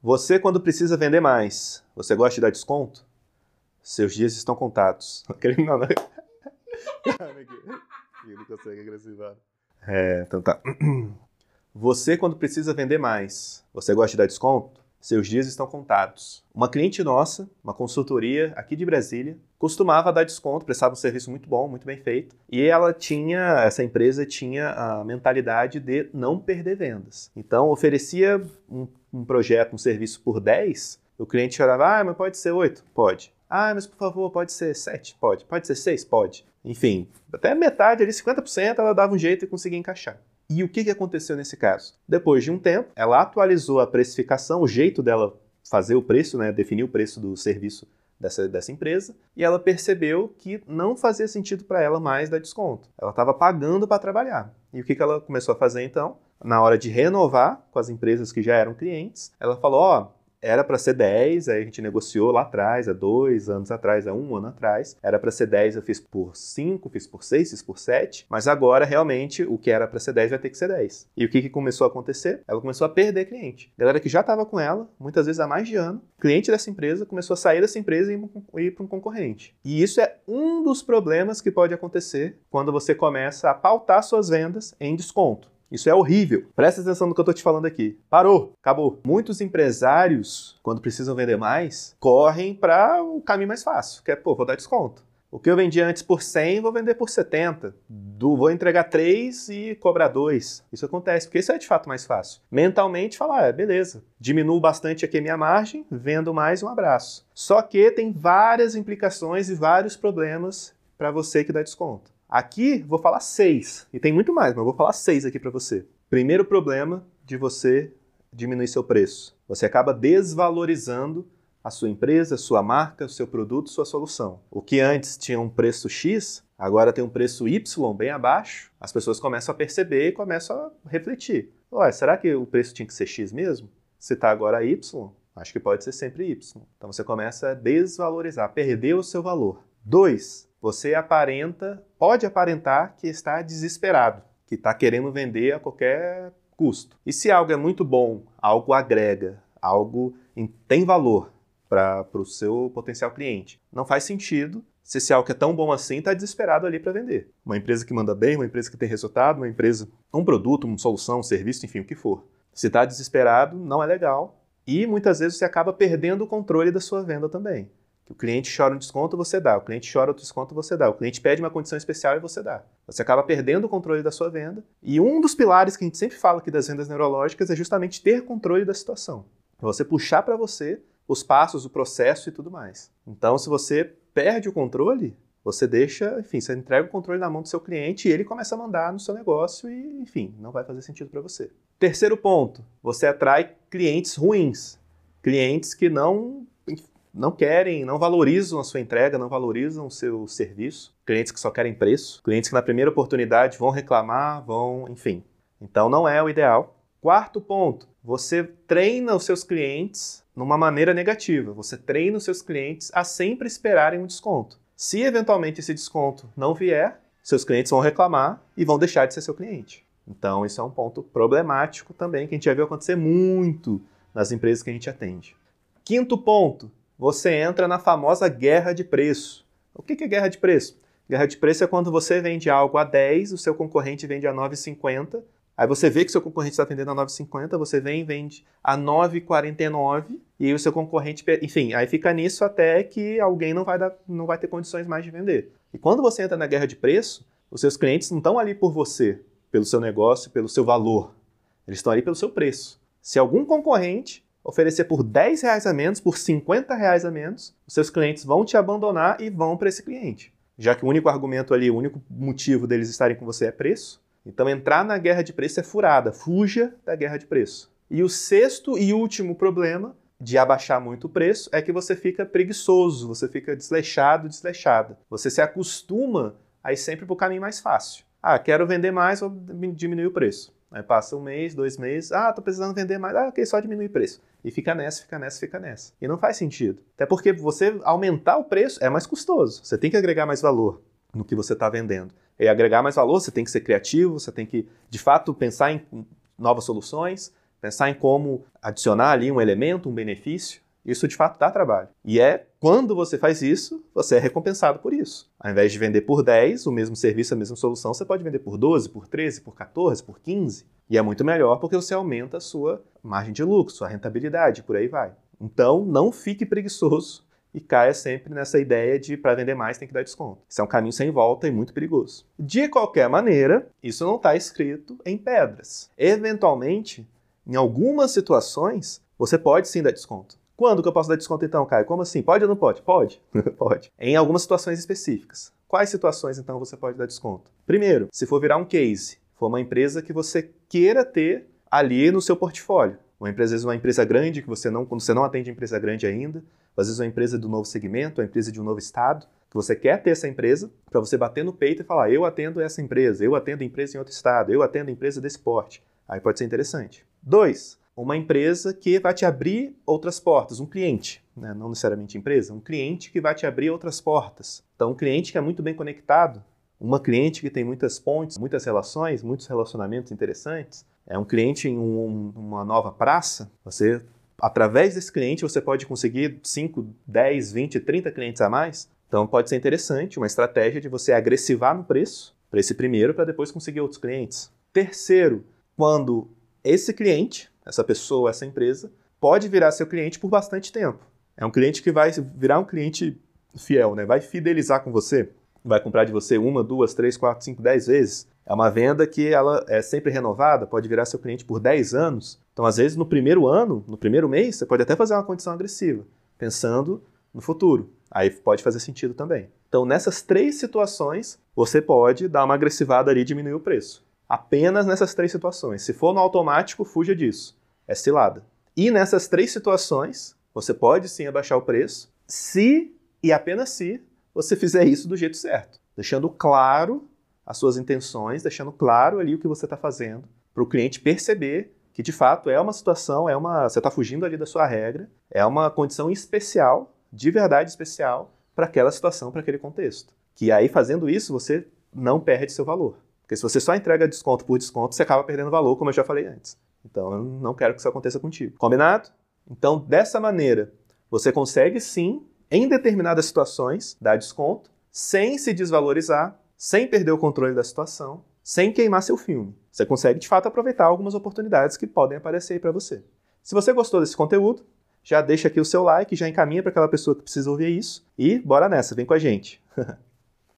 Você, quando precisa vender mais, você gosta de dar desconto? Seus dias estão contados. Não, não. Não consegue agressivar. Então tá. Você, quando precisa vender mais, você gosta de dar desconto? Seus dias estão contados. Uma cliente nossa, uma consultoria aqui de Brasília, costumava dar desconto, prestava um serviço muito bom, muito bem feito. E essa empresa tinha a mentalidade de não perder vendas. Então, oferecia um projeto, um serviço por 10, o cliente chorava, mas pode ser 8? Pode. Mas por favor, pode ser 7? Pode. Pode ser 6? Pode. Enfim, até metade ali, 50%, ela dava um jeito e conseguia encaixar. E o que aconteceu nesse caso? Depois de um tempo, ela atualizou a precificação, o jeito dela fazer o preço, né, definir o preço do serviço dessa empresa, e ela percebeu que não fazia sentido para ela mais dar desconto. Ela estava pagando para trabalhar. E o que ela começou a fazer então? Na hora de renovar com as empresas que já eram clientes, ela falou, era para ser 10, aí a gente negociou lá atrás, há 2 anos atrás, há 1 ano atrás. Era para ser 10, eu fiz por 5, fiz por 6, fiz por 7. Mas agora, realmente, o que era para ser 10 vai ter que ser 10. E o que começou a acontecer? Ela começou a perder cliente. Galera que já estava com ela, muitas vezes há mais de ano, cliente dessa empresa, começou a sair dessa empresa e ir para um concorrente. E isso é um dos problemas que pode acontecer quando você começa a pautar suas vendas em desconto. Isso é horrível. Presta atenção no que eu estou te falando aqui. Parou, acabou. Muitos empresários, quando precisam vender mais, correm para o caminho mais fácil, que é, vou dar desconto. O que eu vendia antes por 100, vou vender por 70. Vou entregar 3 e cobrar 2. Isso acontece, porque isso é de fato mais fácil. Mentalmente, falar, beleza, diminuo bastante aqui a minha margem, vendo mais, um abraço. Só que tem várias implicações e vários problemas para você que dá desconto. Aqui, vou falar 6, e tem muito mais, mas eu vou falar 6 aqui para você. Primeiro problema de você diminuir seu preço. Você acaba desvalorizando a sua empresa, a sua marca, o seu produto, sua solução. O que antes tinha um preço X, agora tem um preço Y bem abaixo, as pessoas começam a perceber e começam a refletir. Será que o preço tinha que ser X mesmo? Se está agora Y, acho que pode ser sempre Y. Então você começa a desvalorizar, perder o seu valor. 2. Você pode aparentar que está desesperado, que está querendo vender a qualquer custo. E se algo é muito bom, algo agrega, algo tem valor para o seu potencial cliente, não faz sentido se esse algo que é tão bom assim está desesperado ali para vender. Uma empresa que manda bem, uma empresa que tem resultado, um produto, uma solução, um serviço, enfim, o que for. Se está desesperado, não é legal e muitas vezes você acaba perdendo o controle da sua venda também. O cliente chora um desconto, você dá. O cliente chora outro desconto, você dá. O cliente pede uma condição especial e você dá. Você acaba perdendo o controle da sua venda. E um dos pilares que a gente sempre fala aqui das vendas neurológicas é justamente ter controle da situação. Você puxar para você os passos, o processo e tudo mais. Então, se você perde o controle, você você entrega o controle na mão do seu cliente e ele começa a mandar no seu negócio e, enfim, não vai fazer sentido para você. Terceiro ponto, você atrai clientes ruins. Clientes que não querem, não valorizam a sua entrega, não valorizam o seu serviço. Clientes que só querem preço. Clientes que na primeira oportunidade vão reclamar, enfim. Então não é o ideal. Quarto ponto, você treina os seus clientes numa maneira negativa. Você treina os seus clientes a sempre esperarem um desconto. Se eventualmente esse desconto não vier, seus clientes vão reclamar e vão deixar de ser seu cliente. Então isso é um ponto problemático também, que a gente já viu acontecer muito nas empresas que a gente atende. Quinto ponto, você entra na famosa guerra de preço. O que é guerra de preço? Guerra de preço é quando você vende algo a 10, o seu concorrente vende a 9,50, aí você vê que o seu concorrente está vendendo a 9,50, você vem e vende a 9,49, e aí o seu concorrente... Enfim, aí fica nisso até que alguém não vai ter condições mais de vender. E quando você entra na guerra de preço, os seus clientes não estão ali por você, pelo seu negócio, pelo seu valor. Eles estão ali pelo seu preço. Se algum concorrente oferecer por R$10 a menos, por R$50 a menos, os seus clientes vão te abandonar e vão para esse cliente. Já que o único argumento ali, o único motivo deles estarem com você é preço, então entrar na guerra de preço é furada, fuja da guerra de preço. E o sexto e último problema de abaixar muito o preço é que você fica preguiçoso, você fica desleixado, desleixada. Você se acostuma a ir sempre para o caminho mais fácil. Quero vender mais, vou diminuir o preço. Aí passa 1 mês, 2 meses, tô precisando vender mais, ok, só diminuir o preço. E fica nessa. E não faz sentido. Até porque você aumentar o preço é mais custoso. Você tem que agregar mais valor no que você está vendendo. E agregar mais valor, você tem que ser criativo, você tem que, de fato, pensar em novas soluções, pensar em como adicionar ali um elemento, um benefício. Isso de fato dá trabalho. E quando você faz isso, você é recompensado por isso. Ao invés de vender por 10, o mesmo serviço, a mesma solução, você pode vender por 12, por 13, por 14, por 15. E é muito melhor porque você aumenta a sua margem de lucro, sua rentabilidade, por aí vai. Então, não fique preguiçoso e caia sempre nessa ideia de para vender mais tem que dar desconto. Isso é um caminho sem volta e muito perigoso. De qualquer maneira, isso não está escrito em pedras. Eventualmente, em algumas situações, você pode sim dar desconto. Quando que eu posso dar desconto então, Caio? Como assim? Pode ou não pode? Pode. Pode. Em algumas situações específicas. Quais situações então você pode dar desconto? Primeiro, se for virar um case, for uma empresa que você queira ter ali no seu portfólio. Às vezes uma empresa grande, quando você não atende empresa grande ainda, às vezes uma empresa do novo segmento, uma empresa de um novo estado, que você quer ter essa empresa para você bater no peito e falar, eu atendo essa empresa, eu atendo empresa em outro estado, eu atendo empresa desse porte. Aí pode ser interessante. 2. Uma empresa que vai te abrir outras portas, um cliente, né? Não necessariamente empresa, um cliente que vai te abrir outras portas. Então, um cliente que é muito bem conectado, uma cliente que tem muitas pontes, muitas relações, muitos relacionamentos interessantes, é um cliente em uma nova praça, através desse cliente, você pode conseguir 5, 10, 20, 30 clientes a mais. Então, pode ser interessante, uma estratégia de você agressivar no preço para esse primeiro, para depois conseguir outros clientes. Terceiro, quando esse cliente, essa pessoa, essa empresa, pode virar seu cliente por bastante tempo. É um cliente que vai virar um cliente fiel, né? Vai fidelizar com você, vai comprar de você 1, 2, 3, 4, 5, 10 vezes. É uma venda que ela é sempre renovada, pode virar seu cliente por 10 anos. Então, às vezes, no primeiro ano, no primeiro mês, você pode até fazer uma condição agressiva, pensando no futuro. Aí pode fazer sentido também. Então, nessas 3 situações, você pode dar uma agressivada ali e diminuir o preço. Apenas nessas 3 situações. Se for no automático, fuja disso. É cilada. E nessas 3 situações, você pode sim abaixar o preço, se e apenas se você fizer isso do jeito certo. Deixando claro as suas intenções, deixando claro ali o que você está fazendo, para o cliente perceber que de fato é uma situação, você está fugindo ali da sua regra, é uma condição especial, de verdade especial, para aquela situação, para aquele contexto. Que aí, fazendo isso, você não perde seu valor. Porque se você só entrega desconto por desconto, você acaba perdendo valor, como eu já falei antes. Então, eu não quero que isso aconteça contigo. Combinado? Então, dessa maneira, você consegue sim, em determinadas situações, dar desconto, sem se desvalorizar, sem perder o controle da situação, sem queimar seu filme. Você consegue, de fato, aproveitar algumas oportunidades que podem aparecer aí para você. Se você gostou desse conteúdo, já deixa aqui o seu like, já encaminha para aquela pessoa que precisa ouvir isso e bora nessa, vem com a gente.